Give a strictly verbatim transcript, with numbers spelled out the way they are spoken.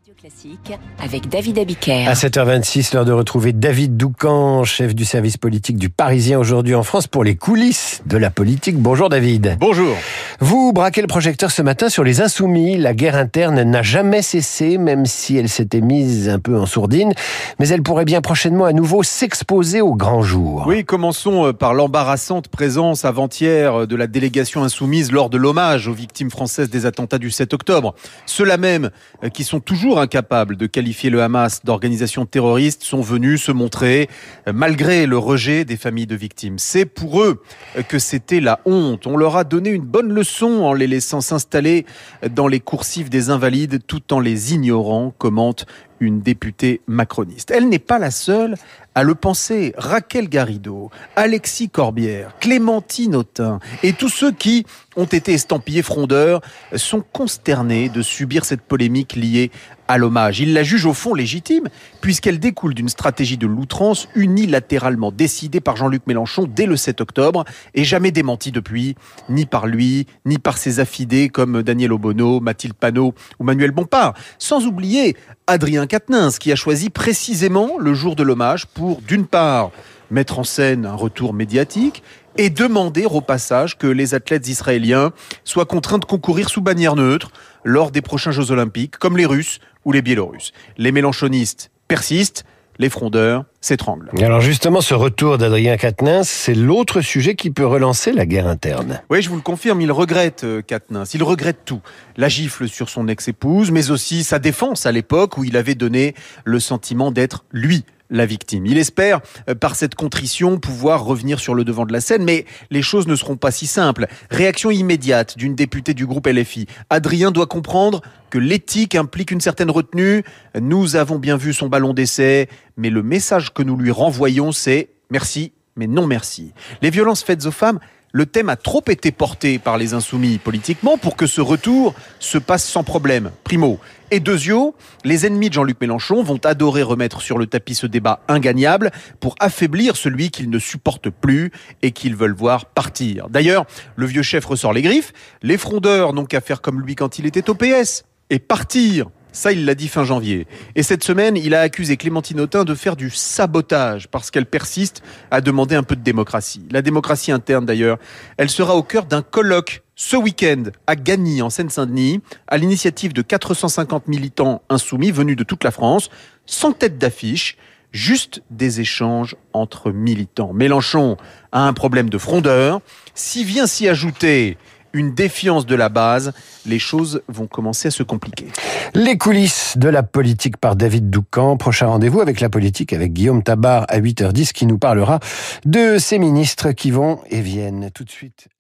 Radio Classique avec David Abiker. À sept heures vingt-six, l'heure de retrouver David Doucan, chef du service politique du Parisien aujourd'hui en France pour les coulisses de la politique. Bonjour David. Bonjour. Vous braquez le projecteur ce matin sur les Insoumis. La guerre interne n'a jamais cessé, même si elle s'était mise un peu en sourdine. Mais elle pourrait bien prochainement à nouveau s'exposer au grand jour. Oui, commençons par l'embarrassante présence avant-hier de la délégation insoumise lors de l'hommage aux victimes françaises des attentats du sept octobre. Ceux-là même qui sont toujours incapables de qualifier le Hamas d'organisation terroriste sont venus se montrer malgré le rejet des familles de victimes. C'est pour eux que c'était la honte. On leur a donné une bonne leçon en les laissant s'installer dans les coursives des invalides tout en les ignorant, commente une députée macroniste. Elle n'est pas la seule à le penser. Raquel Garrido, Alexis Corbière, Clémentine Autain et tous ceux qui ont été estampillés frondeurs sont consternés de subir cette polémique liée à l'hommage. Ils la jugent au fond légitime puisqu'elle découle d'une stratégie de l'outrance unilatéralement décidée par Jean-Luc Mélenchon dès le sept octobre et jamais démentie depuis, ni par lui, ni par ses affidés comme Daniel Obono, Mathilde Panot ou Manuel Bompard. Sans oublier Adrien Quatennens qui a choisi précisément le jour de l'hommage pour, d'une part, mettre en scène un retour médiatique et demander au passage que les athlètes israéliens soient contraints de concourir sous bannière neutre lors des prochains Jeux Olympiques, comme les Russes ou les Biélorusses. Les mélenchonistes persistent, les frondeurs s'étranglent. Alors justement, ce retour d'Adrien Quatennens, c'est l'autre sujet qui peut relancer la guerre interne. Oui, je vous le confirme, il regrette euh, Quatennens, il regrette tout. La gifle sur son ex-épouse, mais aussi sa défense à l'époque où il avait donné le sentiment d'être, lui, la victime. Il espère, euh, par cette contrition, pouvoir revenir sur le devant de la scène, mais les choses ne seront pas si simples. Réaction immédiate d'une députée du groupe L F I. Adrien doit comprendre que l'éthique implique une certaine retenue. Nous avons bien vu son ballon d'essai, mais le message que nous lui renvoyons, c'est « merci, mais non merci ». Les violences faites aux femmes, le thème a trop été porté par les insoumis politiquement pour que ce retour se passe sans problème, primo. Et deuxio, les ennemis de Jean-Luc Mélenchon vont adorer remettre sur le tapis ce débat ingagnable pour affaiblir celui qu'ils ne supportent plus et qu'ils veulent voir partir. D'ailleurs, le vieux chef ressort les griffes, les frondeurs n'ont qu'à faire comme lui quand il était au P S et partir. Ça, il l'a dit fin janvier. Et cette semaine, il a accusé Clémentine Autain de faire du sabotage parce qu'elle persiste à demander un peu de démocratie. La démocratie interne, d'ailleurs, elle sera au cœur d'un colloque ce week-end à Gagny, en Seine-Saint-Denis, à l'initiative de quatre cent cinquante militants insoumis venus de toute la France, sans tête d'affiche, juste des échanges entre militants. Mélenchon a un problème de frondeur. Si vient s'y ajouter une défiance de la base, les choses vont commencer à se compliquer. Les coulisses de la politique par David Doucan. Prochain rendez-vous avec la politique avec Guillaume Tabar à huit heures dix qui nous parlera de ces ministres qui vont et viennent tout de suite.